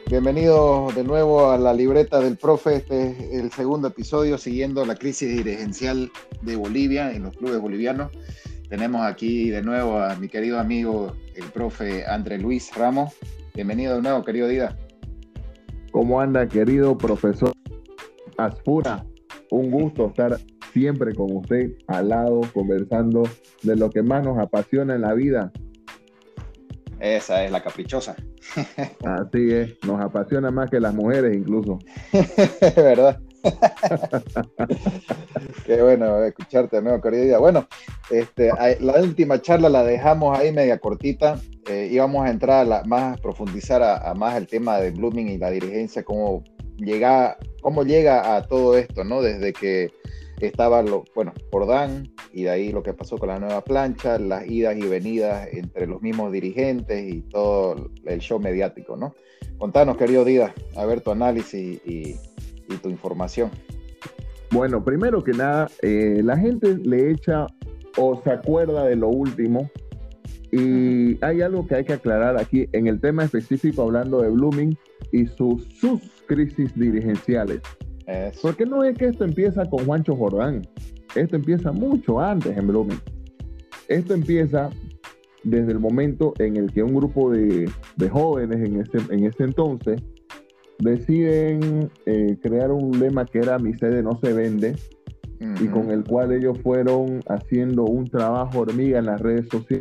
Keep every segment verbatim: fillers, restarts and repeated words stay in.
Bienvenidos de nuevo a la libreta del profe. Este es el segundo episodio siguiendo la crisis dirigencial de Bolivia en los clubes bolivianos. Tenemos aquí de nuevo a mi querido amigo, el profe André Luis Ramos. Bienvenido de nuevo, querido Dida. ¿Cómo anda, querido profesor Aspura? Un gusto estar siempre con usted al lado, conversando de lo que más nos apasiona en la vida. Esa es la caprichosa. Así es, nos apasiona más que las mujeres incluso. ¿Verdad? Qué bueno escucharte de nuevo, querido Dida. Bueno, este, la última charla la dejamos ahí media cortita. Eh, íbamos a entrar a la, más profundizar a, a más el tema de Blooming y la dirigencia, cómo llega, cómo llega a todo esto, ¿no? Desde que estaba, lo, bueno, Jordán, y de ahí lo que pasó con la nueva plancha, las idas y venidas entre los mismos dirigentes y todo el show mediático, ¿no? Contanos, querido Dida, a ver tu análisis y, y tu información. Bueno, primero que nada, eh, la gente le echa o se acuerda de lo último, y uh-huh. hay algo que hay que aclarar aquí en el tema específico, hablando de Blooming y sus, sus crisis dirigenciales. Eso. Porque no es que esto empieza con Juancho Jordán, esto empieza mucho antes en Blooming. Esto empieza desde el momento en el que un grupo de, de jóvenes en ese, en ese entonces deciden eh, crear un lema que era "Mi sede no se vende", uh-huh. y con el cual ellos fueron haciendo un trabajo hormiga en las redes sociales.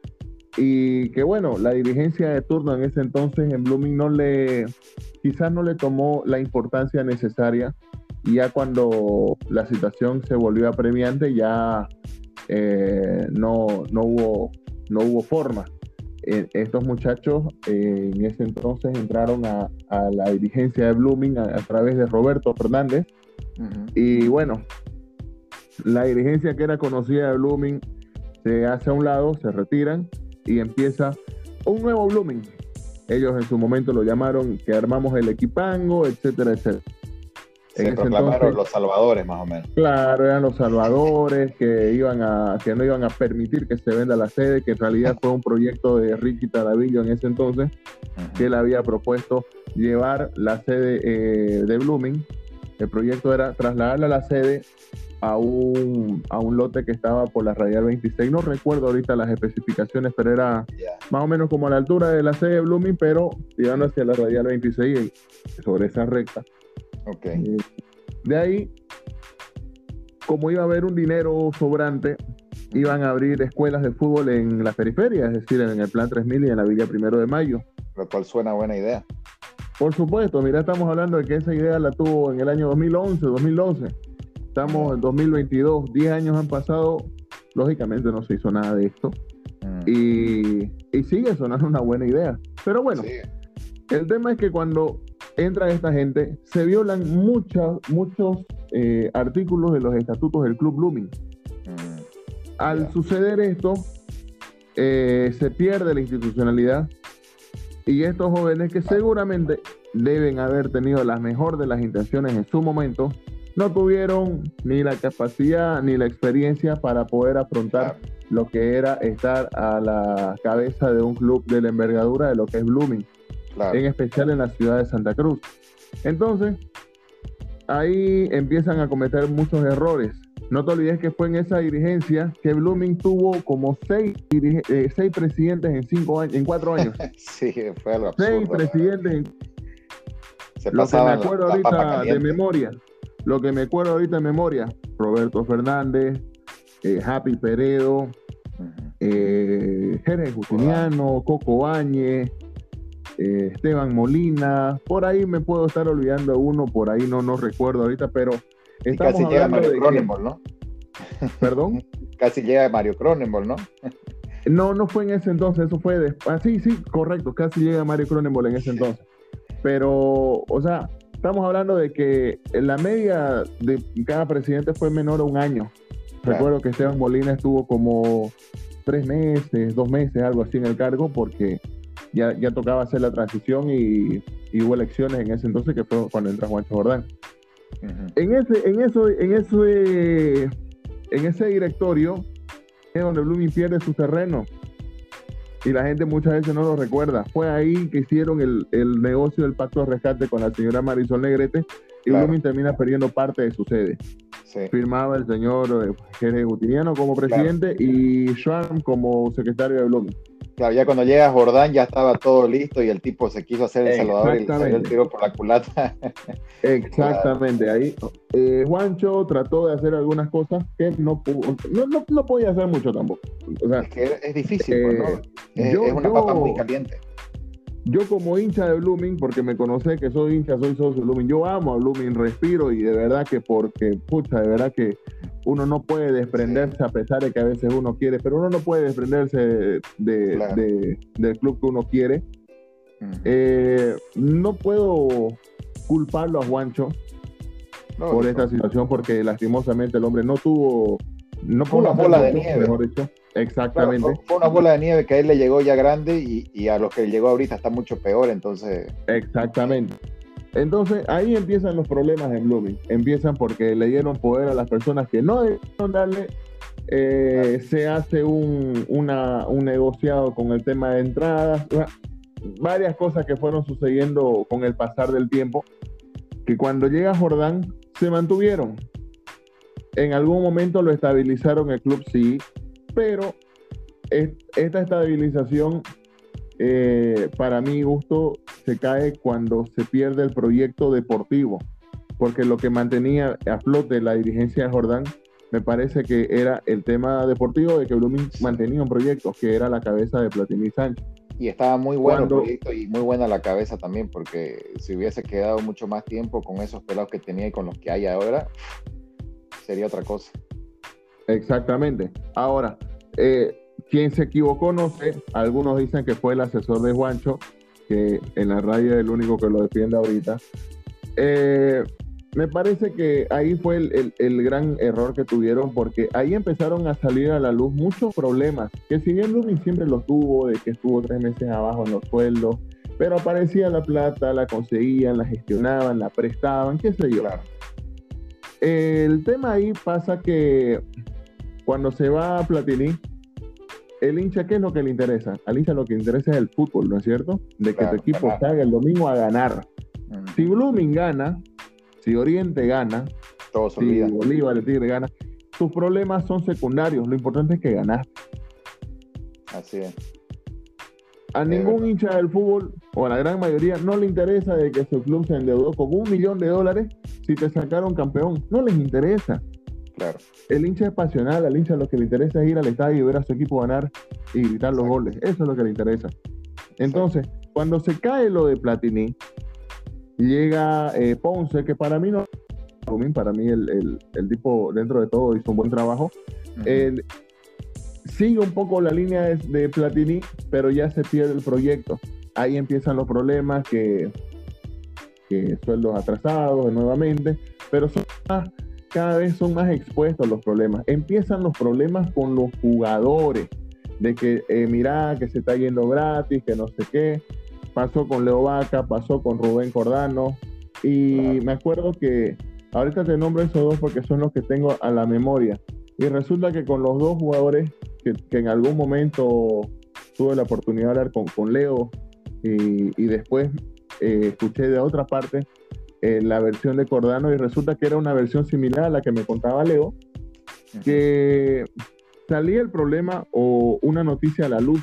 Y que bueno, la dirigencia de turno en ese entonces en Blooming no le, quizás no le tomó la importancia necesaria, y ya cuando la situación se volvió apremiante ya eh, no, no, hubo, no hubo forma. Eh, estos muchachos eh, en ese entonces entraron a, a la dirigencia de Blooming a, a través de Roberto Fernández, uh-huh. y bueno, la dirigencia que era conocida de Blooming se hace a un lado, se retiran, y empieza un nuevo Blooming. Ellos en su momento lo llamaron que armamos el equipango, etcétera, etcétera. Se en proclamaron entonces, los salvadores, más o menos. Claro, eran los salvadores que iban a, que no iban a permitir que se venda la sede, que en realidad fue un proyecto de Ricky Tarabillo en ese entonces, uh-huh. que él había propuesto llevar la sede eh, de Blooming. El proyecto era trasladarla a la sede a un, a un lote que estaba por la Radial veintiséis. No recuerdo ahorita las especificaciones, pero era yeah. más o menos como a la altura de la sede de Blooming, pero tirando hacia la Radial veintiséis sobre esa recta. Okay. Eh, de ahí, como iba a haber un dinero sobrante, iban a abrir escuelas de fútbol en la periferia, es decir, en el Plan tres mil y en la Villa Primero de Mayo. Lo cual suena buena idea. Por supuesto, mira, estamos hablando de que esa idea la tuvo en el año dos mil once, dos mil doce. Estamos en dos mil veintidós, diez años han pasado, lógicamente no se hizo nada de esto, mm. y, y sigue sonando una buena idea. Pero bueno, sí. El tema es que cuando entra esta gente, se violan muchas, muchos eh, artículos de los estatutos del Club Blooming. Mm. Al yeah. suceder esto, eh, se pierde la institucionalidad, y estos jóvenes que seguramente deben haber tenido la mejor de las intenciones en su momento, no tuvieron ni la capacidad ni la experiencia para poder afrontar claro. lo que era estar a la cabeza de un club de la envergadura de lo que es Blooming, claro. en especial en la ciudad de Santa Cruz. Entonces, ahí empiezan a cometer muchos errores. No te olvides que fue en esa dirigencia que Blooming tuvo como seis, dirige- eh, seis presidentes en cinco años, en cuatro años. Sí, fue algo absurdo. Seis presidentes en... Se lo que me acuerdo la, ahorita la de memoria. Lo que me acuerdo ahorita en memoria, Roberto Fernández, eh, Happy Peredo, uh-huh. eh, Jerez Justiniano, uh-huh. Coco Áñez, eh, Esteban Molina, por ahí me puedo estar olvidando uno, por ahí no, no recuerdo ahorita, pero estamos casi llega Mario Cronenberg, ¿no? ¿Perdón? Casi llega Mario Cronenberg, ¿no? No, no fue en ese entonces, eso fue después. Ah, sí, sí, correcto, casi llega Mario Cronenberg en ese entonces. Pero, o sea, estamos hablando de que la media de cada presidente fue menor a un año. Claro. Recuerdo que Esteban Molina estuvo como tres meses, dos meses, algo así en el cargo, porque ya, ya tocaba hacer la transición y, y hubo elecciones en ese entonces, que fue cuando entra Juancho Jordán. Uh-huh. En ese, en eso, en ese, en ese directorio es donde Blooming pierde su terreno. y la gente muchas veces no lo recuerda. Fue ahí que hicieron el, el negocio del pacto de rescate con la señora Marisol Negrete y Claro. Blooming termina perdiendo parte de su sede. Sí. Firmaba el señor Jerez Gutiniano como presidente, claro, y Schwarm como secretario de Blooming. Claro, ya cuando llega Jordán ya estaba todo listo y el tipo se quiso hacer el salvador y le salió el tiro por la culata. Exactamente, claro. Ahí eh, Juancho trató de hacer algunas cosas que no pudo, no, no, no podía hacer mucho tampoco. O sea, es que es difícil, eh, pues, ¿no? Es, yo, es una yo, papa muy caliente. Yo como hincha de Blooming, porque me conoce que soy hincha, soy socio de Blooming, yo amo a Blooming, respiro, y de verdad que porque, pucha, de verdad que uno no puede desprenderse, sí, a pesar de que a veces uno quiere, pero uno no puede desprenderse de, claro, de, del club que uno quiere. Uh-huh. Eh, no puedo culparlo a Juancho no, por esta no. situación, porque lastimosamente el hombre no tuvo... No fue una bola de nieve. Mejor dicho. Exactamente. Claro, fue una bola de nieve que a él le llegó ya grande y, y a los que le llegó ahorita está mucho peor, entonces... Exactamente. Entonces ahí empiezan los problemas en Blooming. Empiezan porque le dieron poder a las personas que no debieron darle. Eh, claro. Se hace un, una, un negociado con el tema de entradas. Varias cosas que fueron sucediendo con el pasar del tiempo, que cuando llega Jordán se mantuvieron. En algún momento lo estabilizaron el club, sí, pero es, esta estabilización, eh, para mi gusto, se cae cuando se pierde el proyecto deportivo, porque lo que mantenía a flote la dirigencia de Jordán, me parece que era el tema deportivo, de que Blooming mantenía un proyecto, que era la cabeza de Platini Sánchez. Y estaba muy bueno cuando, el proyecto y muy buena la cabeza también, porque si hubiese quedado mucho más tiempo con esos pelados que tenía y con los que hay ahora, sería otra cosa. Exactamente. Ahora, eh, quien se equivocó, no sé. Algunos dicen que fue el asesor de Juancho, que en la radio es el único que lo defiende ahorita. Eh, me parece que ahí fue el, el, el gran error que tuvieron, porque ahí empezaron a salir a la luz muchos problemas, que si bien Blooming siempre los tuvo, de que estuvo tres meses abajo en los sueldos, pero aparecía la plata, la conseguían, la gestionaban, la prestaban, qué sé yo. Claro. El tema ahí pasa que cuando se va a Platini, el hincha, ¿qué es lo que le interesa? Al hincha lo que le interesa es el fútbol, ¿no es cierto? De claro, que tu equipo ganar. salga el domingo a ganar. Uh-huh. Si Blooming gana, si Oriente gana, todos si olvidan. Bolívar, el Tigre gana, tus problemas son secundarios, lo importante es que ganaste. Así es. A de ningún verdad. hincha del fútbol, o a la gran mayoría, no le interesa de que su club se endeudó con un millón de dólares si te sacaron campeón. No les interesa. Claro. El hincha es pasional, al hincha lo que le interesa es ir al estadio y ver a su equipo ganar y gritar los Exacto. goles. Eso es lo que le interesa. Entonces, Exacto. cuando se cae lo de Platini, llega eh, Ponce, que para mí no, para mí el, el, el tipo dentro de todo hizo un buen trabajo. Uh-huh. El, sigue un poco la línea de, de Platini, pero ya se pierde el proyecto. Ahí empiezan los problemas, que, que sueldos atrasados nuevamente, pero son más, cada vez son más expuestos los problemas. Empiezan los problemas con los jugadores, de que eh, mira, que se está yendo gratis, que no sé qué. Pasó con Leo Vaca, pasó con Rubén Cordano, y claro. me acuerdo que, ahorita te nombro esos dos porque son los que tengo a la memoria, y resulta que con los dos jugadores que, que en algún momento tuve la oportunidad de hablar con, con Leo, y, y después eh, escuché de otra parte eh, la versión de Cordano, y resulta que era una versión similar a la que me contaba Leo, uh-huh. que salía el problema o una noticia a la luz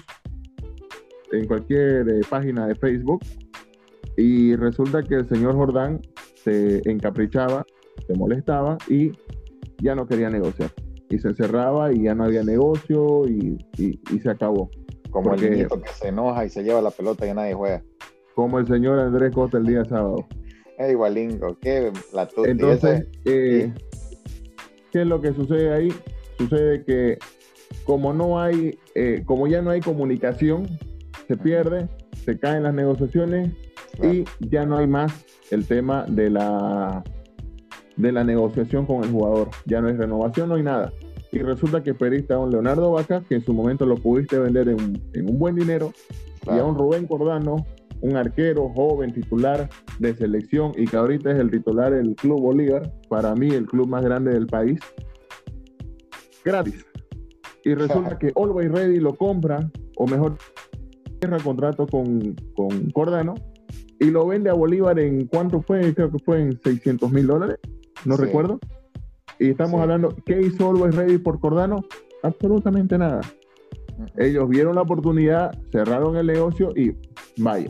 en cualquier eh, página de Facebook, y resulta que el señor Jordán se encaprichaba, se molestaba y ya no quería negociar, y se encerraba y ya no había negocio, y, y, y se acabó. Como Porque, el niñito que se enoja y se lleva la pelota y nadie juega. Como el señor Andrés Costa el día sábado. Es igualingo, qué platuti. Entonces, eh, ¿qué es lo que sucede ahí? Sucede que como no hay, eh, como ya no hay comunicación, se pierde, se caen las negociaciones, claro. y ya no hay más el tema de la de la negociación con el jugador. Ya no hay renovación, no hay nada. Y resulta que perdiste a un Leonardo Vaca, que en su momento lo pudiste vender en, en un buen dinero, claro. y a un Rubén Cordano, un arquero joven titular de selección, y que ahorita es el titular del Club Bolívar, para mí el club más grande del país, gratis. Y resulta que Always Ready lo compra, o mejor, cierra contrato con, con Cordano y lo vende a Bolívar en ¿cuánto fue? Creo que fue en seiscientos mil dólares, no sí. recuerdo. Y estamos sí. hablando, ¿qué hizo Always Ready por Cordano? Absolutamente nada. Uh-huh. Ellos vieron la oportunidad, cerraron el negocio y vaya.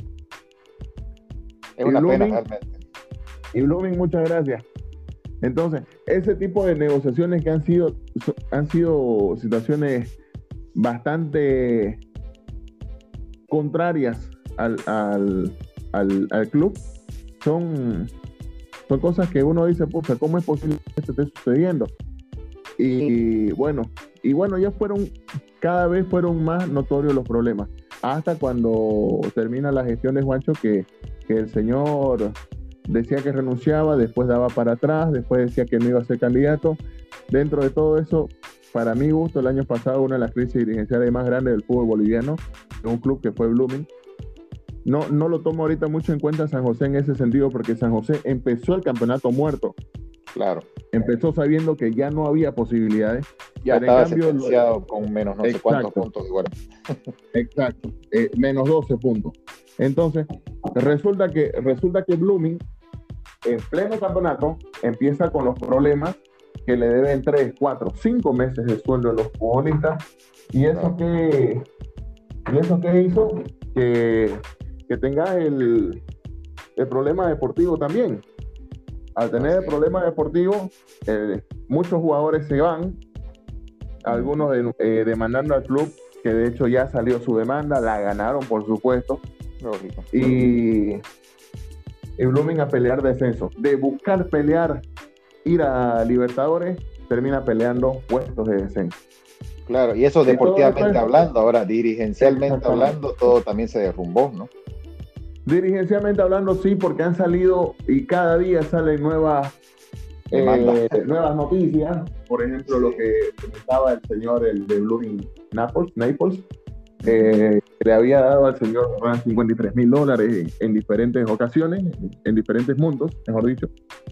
Es una Blooming, pena realmente. Y Blooming, muchas gracias. Entonces, ese tipo de negociaciones que han sido, han sido situaciones bastante contrarias al, al, al, al club, son, son cosas que uno dice, puta, ¿cómo es posible que esto esté sucediendo? Y bueno, y bueno, ya fueron, cada vez fueron más notorios los problemas, hasta cuando termina la gestión de Juancho, que, que el señor decía que renunciaba, después daba para atrás, después decía que no iba a ser candidato. Dentro de todo eso, para mi gusto, el año pasado, una de las crisis dirigenciales más grandes del fútbol boliviano, de un club que fue Blooming. No, no lo tomo ahorita mucho en cuenta San José en ese sentido, porque San José empezó el campeonato muerto. Claro. Empezó sabiendo que ya no había posibilidades. Ya estaba sentenciado con menos no Exacto. sé cuántos puntos. Igual. Exacto, eh, menos doce puntos. Entonces, resulta que, resulta que Blooming, en pleno campeonato, empieza con los problemas que le deben tres, cuatro, cinco meses de sueldo a los futbolistas. ¿Y eso qué, y eso qué hizo? Que, que tenga el, el problema deportivo también. Al tener el problema deportivo, eh, muchos jugadores se van, algunos de, eh, demandando al club, que de hecho ya salió su demanda, la ganaron por supuesto. Lógico. Y, y Blooming a pelear descenso. De buscar pelear, ir a Libertadores, termina peleando puestos de descenso. Claro, y eso deportivamente hablando, ahora dirigencialmente hablando, todo también se derrumbó, ¿no? Dirigencialmente hablando, sí, porque han salido y cada día salen nuevas, eh, nuevas noticias. Por ejemplo, sí. lo que comentaba el señor el de Blooming Naples, Naples eh, le había dado al señor cincuenta y tres mil dólares en, en diferentes ocasiones, en diferentes mundos, mejor dicho.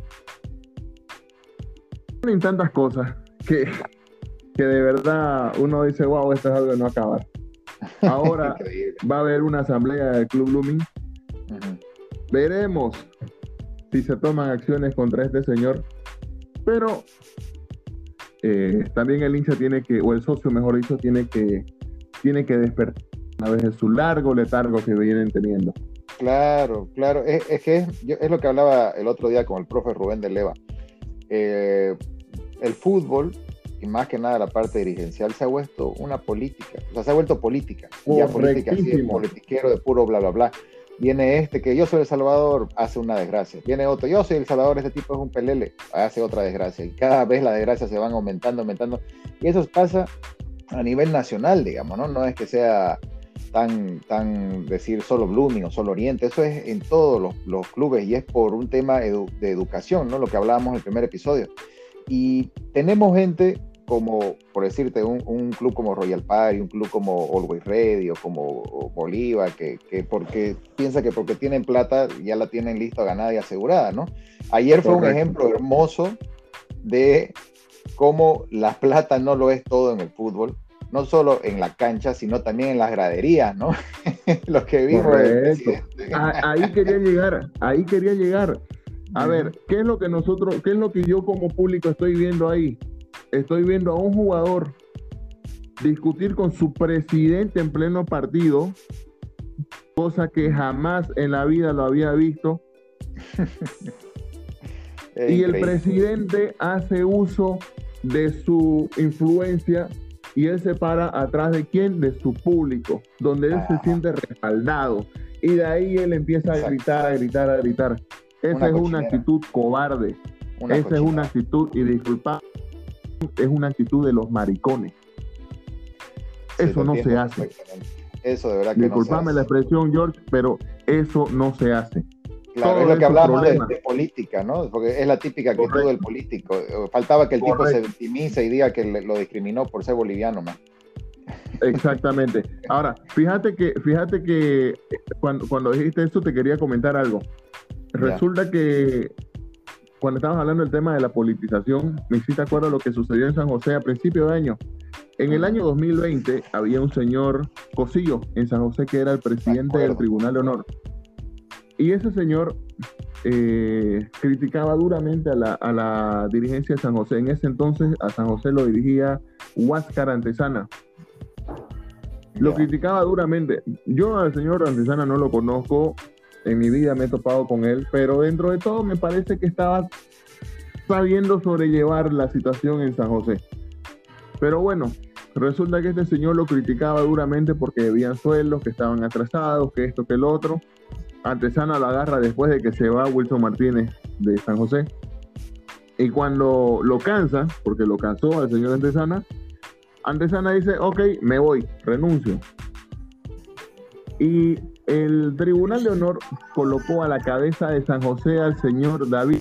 En tantas cosas que, que de verdad uno dice, wow, esto es algo de no acabar. Ahora va a haber una asamblea del Club Blooming. Uh-huh. Veremos si se toman acciones contra este señor, pero eh, también el hincha tiene que, o el socio mejor dicho, tiene que tiene que despertar a veces su largo letargo que vienen teniendo. Claro, claro, es, es que es, yo, es lo que hablaba el otro día con el profe Rubén de Leva. Eh, el fútbol, y más que nada la parte dirigencial, se ha vuelto una política, o sea, se ha vuelto política, ya política así, es politiquero de puro bla bla bla. Viene este que yo soy El Salvador, hace una desgracia. Viene otro, yo soy El Salvador, este tipo es un pelele, hace otra desgracia. Y cada vez las desgracias se van aumentando, aumentando. Y eso pasa a nivel nacional, digamos, ¿no? No es que sea tan, tan decir solo Blooming o solo Oriente, eso es en todos los, los clubes y es por un tema edu- de educación, ¿no? Lo que hablábamos en el primer episodio. Y tenemos gente como, por decirte, un, un club como Royal Party, un club como Always Ready o como Bolívar, que, que porque piensa que porque tienen plata ya la tienen lista, ganada y asegurada, ¿no? Ayer fue Correcto. Un ejemplo hermoso de cómo la plata no lo es todo en el fútbol, no solo en la cancha, sino también en las graderías, ¿no? Lo que vimos el presidente. Ahí quería llegar, ahí quería llegar. A uh-huh. ver, ¿qué es lo que nosotros, qué es lo que yo como público estoy viendo ahí? Estoy viendo a un jugador discutir con su presidente en pleno partido, cosa que jamás en la vida lo había visto. Y el presidente hace uso de su influencia y él se para atrás de quién, de su público, donde él ah. se siente respaldado. Y de ahí él empieza Exacto. a gritar, a gritar, a gritar. Esa una es cochinera. Una actitud cobarde. Una Esa cochinera. Es una actitud, y disculpa, es una actitud de los maricones. Sí, eso no se hace. Eso de verdad que Disculpame no se la expresión, George, pero eso no se hace. Claro, todo es lo que hablábamos de, de política, ¿no? Porque es la típica actitud Correcto. Del político. Faltaba que el Correcto. Tipo se victimice y diga que le, lo discriminó por ser boliviano, más. Exactamente. Ahora, fíjate que, fíjate que cuando, cuando dijiste esto te quería comentar algo. Resulta yeah. que cuando estábamos hablando del tema de la politización, me hiciste acuerdo de lo que sucedió en San José a principio de año, En el año dos mil veinte había un señor Cosillo en San José que era el presidente del Tribunal de Honor. Y ese señor eh, criticaba duramente a la, a la dirigencia de San José. En ese entonces a San José lo dirigía Huáscar Antesana. Lo yeah. criticaba duramente. Yo al señor Antesana no lo conozco, en mi vida me he topado con él, pero dentro de todo me parece que estaba sabiendo sobrellevar la situación en San José. Pero bueno, resulta que este señor lo criticaba duramente porque debían sueldos, que estaban atrasados, que esto, que el otro. Antesana lo agarra después de que se va Wilson Martínez de San José. Y cuando lo cansa, porque lo cansó al señor Antesana, Antesana dice, ok, me voy, renuncio. Y el Tribunal de Honor colocó a la cabeza de San José al señor David,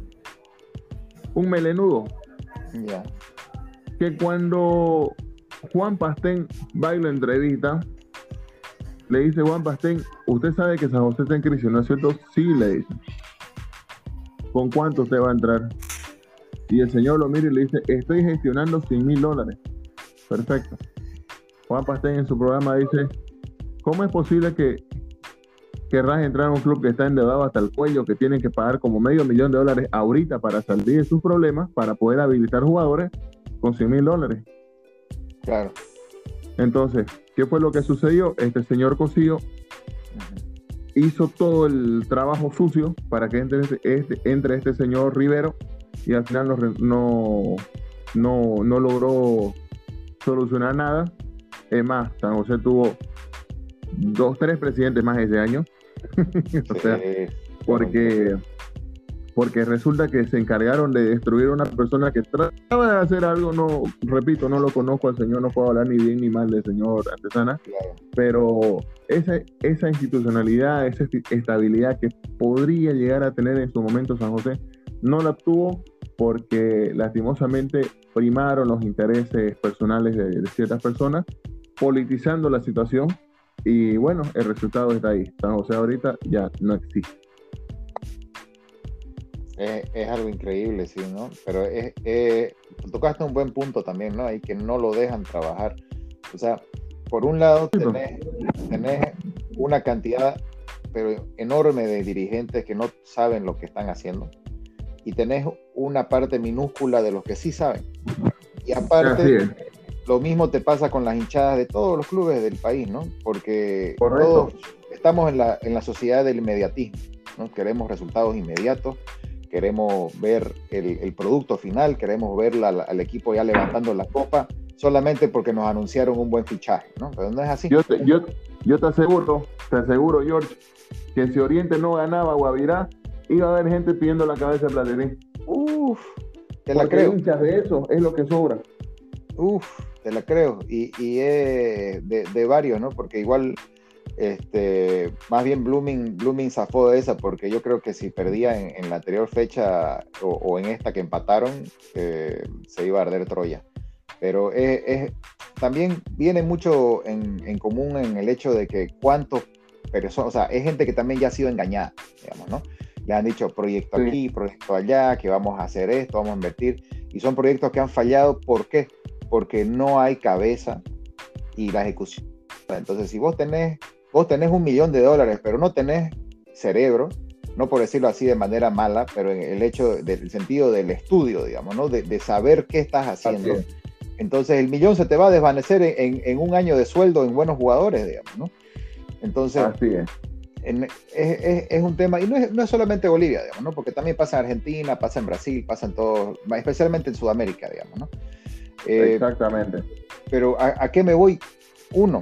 un melenudo. Yeah. Que cuando Juan Pastén va y lo entrevista, le dice Juan Pastén, usted sabe que San José está en crisis, ¿no es cierto? Sí, le dice. ¿Con cuánto usted va a entrar? Y el señor lo mira y le dice, estoy gestionando cien mil dólares. Perfecto. Juan Pastén en su programa dice, ¿cómo es posible que querrás entrar a un club que está endeudado hasta el cuello, que tienen que pagar como medio millón de dólares ahorita para salir de sus problemas, para poder habilitar jugadores con cien mil dólares? Claro. Entonces, ¿qué fue lo que sucedió? Este señor Cosillo uh-huh. hizo todo el trabajo sucio para que entre este, este, entre este señor Rivero y al final no, no, no, no logró solucionar nada. Es más, San José tuvo dos, tres presidentes más ese año. O sí, sea, porque, porque resulta que se encargaron de destruir a una persona que trataba de hacer algo. No, repito, no lo conozco al señor, no puedo hablar ni bien ni mal del señor Antesana, claro. Pero esa, esa institucionalidad, esa estabilidad que podría llegar a tener en su momento San José, no la tuvo porque lastimosamente primaron los intereses personales de, de ciertas personas, politizando la situación. Y bueno, el resultado está ahí. San José ahorita ya no existe. Es, es algo increíble, sí, ¿no? Pero es, es, tocaste un buen punto también, ¿no? Ahí que no lo dejan trabajar. O sea, por un lado tenés, tenés una cantidad pero enorme de dirigentes que no saben lo que están haciendo. Y tenés una parte minúscula de los que sí saben. Y aparte, lo mismo te pasa con las hinchadas de todos los clubes del país, ¿no? Porque Correcto. Todos estamos en la, en la sociedad del inmediatismo, ¿no? Queremos resultados inmediatos, queremos ver el, el producto final, queremos ver la, la, al equipo ya levantando la copa, solamente porque nos anunciaron un buen fichaje, ¿no? Pero no es así. Yo te, yo, yo te aseguro, te aseguro, George, que si Oriente no ganaba Guavirá, iba a haber gente pidiendo la cabeza de Platini. Uf, te la creo. Hinchas de eso es lo que sobra. Uf, te la creo. Y, y eh, de, de varios, ¿no? Porque igual, este, más bien Blooming, Blooming zafó de esa, porque yo creo que si perdía en, en la anterior fecha o, o en esta que empataron, eh, se iba a arder Troya. Pero es, es, también viene mucho en, en común en el hecho de que cuántos personas, o sea, es gente que también ya ha sido engañada, digamos, ¿no? Le han dicho proyecto sí. aquí, proyecto allá, que vamos a hacer esto, vamos a invertir, y son proyectos que han fallado. ¿Por qué? Porque no hay cabeza y la ejecución. Entonces, si vos tenés, vos tenés un millón de dólares, pero no tenés cerebro, no por decirlo así de manera mala, pero en el hecho del sentido del estudio, digamos, ¿no? De, de saber qué estás haciendo. Entonces, el millón se te va a desvanecer en, en, en un año de sueldo en buenos jugadores, digamos, ¿no? Entonces, así es. En, es, es, es un tema, y no es, no es solamente Bolivia, digamos, ¿no? Porque también pasa en Argentina, pasa en Brasil, pasa en todo, especialmente en Sudamérica, digamos, ¿no? Eh, Exactamente. Pero ¿a, a qué me voy? Uno,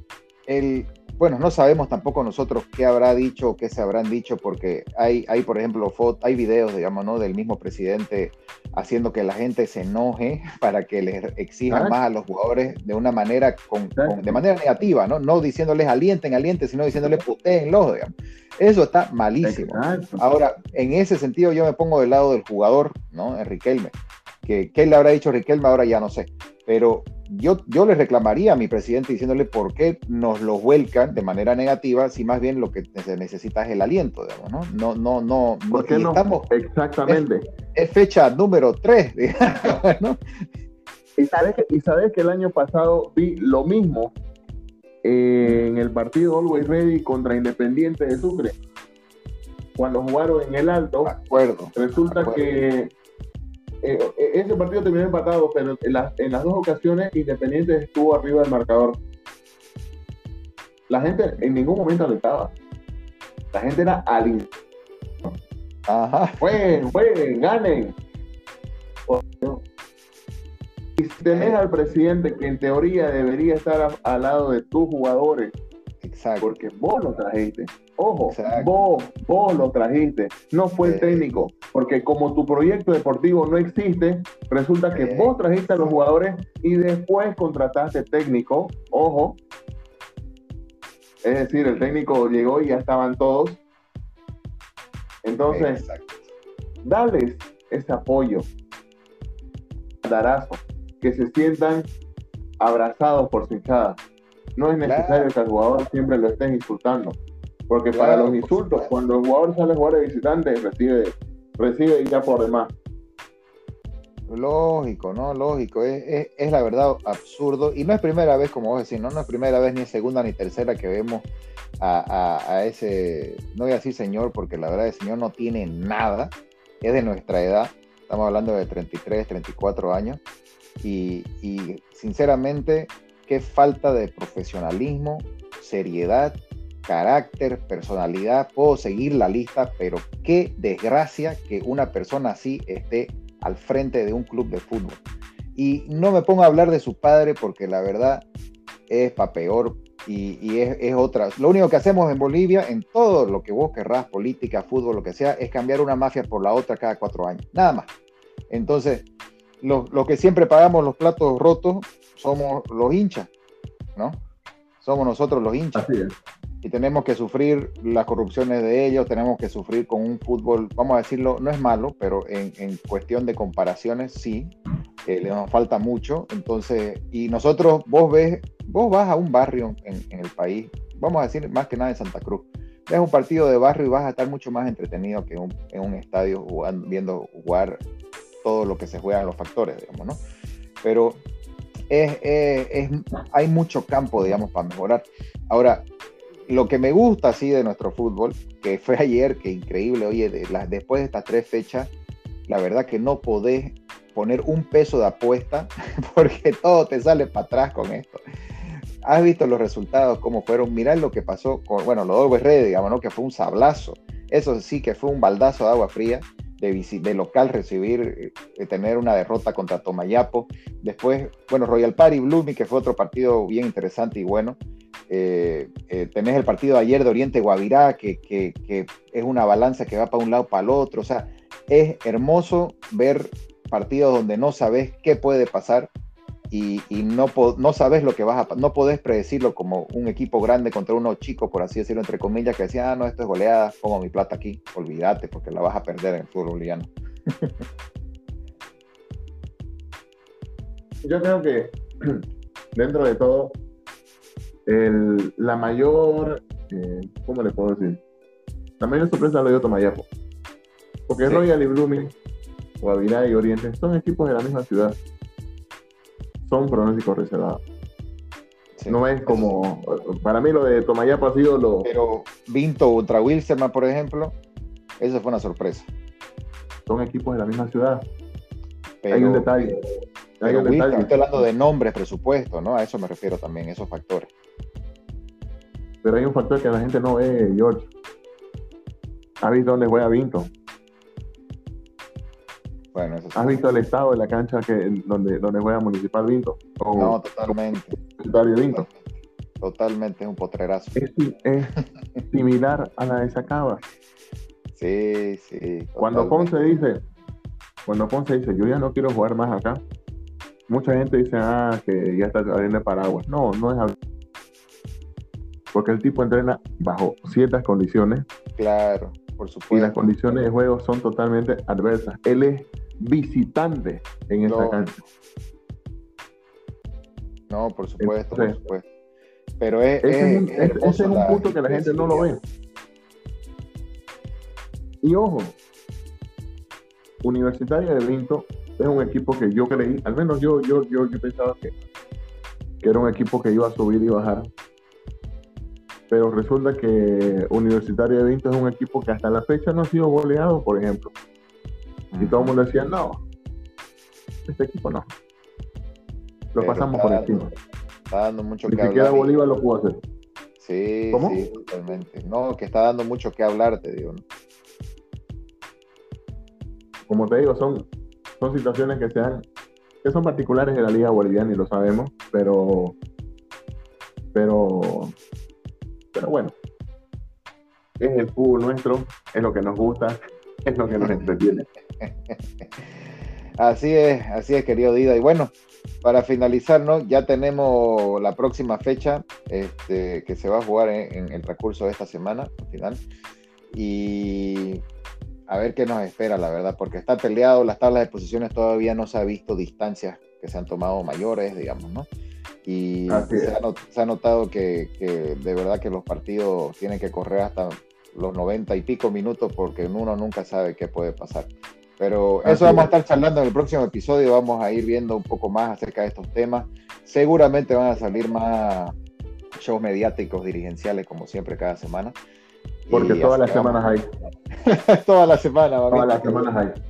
el, bueno, no sabemos tampoco nosotros qué habrá dicho o qué se habrán dicho, porque hay, hay por ejemplo, fotos, hay videos, digamos, ¿no? Del mismo presidente haciendo que la gente se enoje para que les exija más a los jugadores de una manera, con, con, de manera negativa, ¿no? No diciéndoles alienten, alienten, sino diciéndoles putéenlos, digamos. Eso está malísimo. Exacto. Ahora, en ese sentido yo me pongo del lado del jugador, ¿no? En Riquelme. Que, ¿Qué le habrá dicho Riquelme? Ahora ya no sé. Pero yo, yo le reclamaría a mi presidente diciéndole por qué nos lo vuelcan de manera negativa si más bien lo que se necesita es el aliento, digamos, ¿no? No, no, no. ¿Por qué no? Estamos, Exactamente. Es, es fecha número tres, digamos, ¿no? Y sabes que, y sabes que el año pasado vi lo mismo eh, en el partido Always Ready contra Independiente de Sucre. Cuando jugaron en el Alto, de acuerdo, resulta de acuerdo. que eh, ese partido terminó empatado, pero en, la, en las dos ocasiones Independiente estuvo arriba del marcador. La gente en ningún momento alentaba. La gente era al Ajá. Jueguen, jueguen, ganen. Y si tenés al presidente que en teoría debería estar a, al lado de tus jugadores, Exacto. porque vos lo trajiste. Ojo, Exacto. vos, vos lo trajiste. No fue el Eh, técnico. Porque como tu proyecto deportivo no existe, resulta que eh, vos trajiste a los jugadores y después contrataste técnico. Ojo. Es decir, el técnico llegó y ya estaban todos. Entonces, exacto. dales ese apoyo. Darazo. Que se sientan abrazados por su hinchada. No es necesario Claro. que al jugador siempre lo estés insultando. Porque Claro, para los por insultos, supuesto. cuando el jugador sale a jugar de visitante, recibe, recibe ya por demás. Lógico, ¿no? Lógico. Es, es, es la verdad absurdo. Y no es primera vez, como vos decís, ¿no? No es primera vez, ni segunda, ni tercera que vemos a, a, a ese, no voy a decir señor, porque la verdad el señor no tiene nada. Es de nuestra edad. Estamos hablando de treinta y tres, treinta y cuatro años. Y, y sinceramente, qué falta de profesionalismo, seriedad, carácter, personalidad. Puedo seguir la lista, pero qué desgracia que una persona así esté al frente de un club de fútbol. Y no me pongo a hablar de su padre porque la verdad es pa' peor y, y es, es otra. Lo único que hacemos en Bolivia, en todo lo que vos querrás, política, fútbol, lo que sea, es cambiar una mafia por la otra cada cuatro años. Nada más. Entonces, los lo que siempre pagamos los platos rotos somos los hinchas, ¿no? Somos nosotros los hinchas. Así es. Y tenemos que sufrir las corrupciones de ellos, tenemos que sufrir con un fútbol, vamos a decirlo, no es malo, pero en, en cuestión de comparaciones sí, eh, le nos falta mucho. Entonces, y nosotros, vos ves, vos vas a un barrio en, en el país, vamos a decir más que nada en Santa Cruz, ves un partido de barrio y vas a estar mucho más entretenido que un, en un estadio jugando, viendo jugar todo lo que se juega en los factores, digamos, ¿no? Pero es, es, es, hay mucho campo, digamos, para mejorar. Ahora, lo que me gusta así de nuestro fútbol, que fue ayer, que increíble, oye, de la, después de estas tres fechas, la verdad que no podés poner un peso de apuesta porque todo te sale para atrás con esto. Has visto los resultados, cómo fueron. Mirá lo que pasó con, bueno, los Always Ready, digamos, ¿no? Que fue un sablazo. Eso sí que fue un baldazo de agua fría de, de local recibir, de tener una derrota contra Tomayapo. Después, bueno, Royal Party Blooming, que fue otro partido bien interesante y bueno. Eh, eh, tenés el partido de ayer de Oriente Guavirá, que, que, que es una balanza que va para un lado para el otro. O sea, es hermoso ver partidos donde no sabes qué puede pasar y, y no, no sabes lo que vas a, no podés predecirlo, como un equipo grande contra uno chico, por así decirlo, entre comillas, que decía, ah, no, esto es goleada, pongo mi plata aquí, olvídate, porque la vas a perder en el fútbol boliviano. Yo creo que dentro de todo, el, la mayor, eh, ¿cómo le puedo decir? La mayor sorpresa lo dio Tomayapo. Porque sí. Royal y Blooming, Guavirá y Oriente son equipos de la misma ciudad. Son pronósticos reservados. Sí. No es como, para mí lo de Tomayapo ha sido lo... Pero Vinto contra Wilstermann, por ejemplo, eso fue una sorpresa. Son equipos de la misma ciudad. Pero, hay un detalle. Hay pero un Wilstermann, detalle. estoy hablando de nombres, presupuesto, ¿no? A eso me refiero también, esos factores. Pero hay un factor que la gente no ve, George. ¿Has visto dónde juega Vinto? Bueno, eso sí. ¿Has visto el estado de la cancha que, donde, donde juega Municipal Vinto? O, no, totalmente. Estadio Vinto. Totalmente, totalmente es un potrerazo. Es, es similar a la de Sacaba. Sí, sí. Totalmente. Cuando Ponce dice, cuando Ponce dice, yo ya no quiero jugar más acá, mucha gente dice, ah, que ya está abriendo el paraguas. No, no es así. Porque el tipo entrena bajo ciertas condiciones. Claro, por supuesto. Y las condiciones de juego son totalmente adversas. Él es visitante en esta no. cancha. No, por supuesto, Entonces, por supuesto. Pero es, ese es, es, es, ese es un la, punto que la gente no lo ve. Y ojo, Universitario de Vinto es un equipo que yo creí, al menos yo, yo, yo, yo pensaba que, que era un equipo que iba a subir y bajar. Pero resulta que Universitario de Vinto es un equipo que hasta la fecha no ha sido goleado, por ejemplo. Y todo el mundo decía, no, este equipo no. Lo Pero pasamos está por dando, encima. está dando mucho Ni que siquiera hablar. Bolívar lo pudo hacer. Sí, ¿Cómo? sí, totalmente. No, que está dando mucho que hablar, te digo, ¿no? Como te digo, son, son situaciones que, sean, que son particulares de la Liga Boliviana y lo sabemos, pero, pero, pero bueno, es el fútbol nuestro, es lo que nos gusta, es lo que nos entretiene. Así es, así es, querido Dida. Y bueno, para finalizar, ¿no? Ya tenemos la próxima fecha este, que se va a jugar en, en el transcurso de esta semana, al final. Y a ver qué nos espera, la verdad, porque está peleado, las tablas de posiciones todavía no se ha visto distancias que se han tomado mayores, digamos, ¿no? Y Así se es. ha, not- se ha notado que, que de verdad que los partidos tienen que correr hasta los noventa y pico minutos porque uno nunca sabe qué puede pasar. Pero eso Así vamos a es. estar charlando en el próximo episodio, vamos a ir viendo un poco más acerca de estos temas. Seguramente van a salir más shows mediáticos, dirigenciales, como siempre, cada semana. Porque Y todas así las que vamos semanas hay. toda la semana, Todas mamita las querida. semanas hay.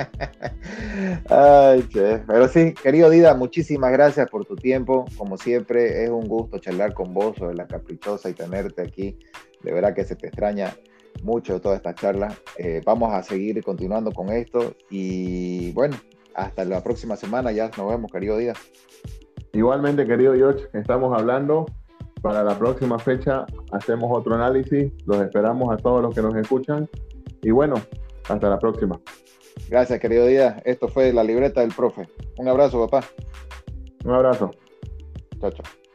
Ay, che. Pero sí, querido Dida, muchísimas gracias por tu tiempo. Como siempre, es un gusto charlar con vos sobre la caprichosa y tenerte aquí. De verdad que se te extraña mucho toda esta charla. Eh, vamos a seguir continuando con esto y bueno, hasta la próxima semana. Ya nos vemos, querido Dida. Igualmente, querido George, estamos hablando. Para la próxima fecha hacemos otro análisis. Los esperamos a todos los que nos escuchan. Y bueno, hasta la próxima. Gracias, querido Dida. Esto fue La Libreta del Profe. Un abrazo, papá. Un abrazo. Chao, chao.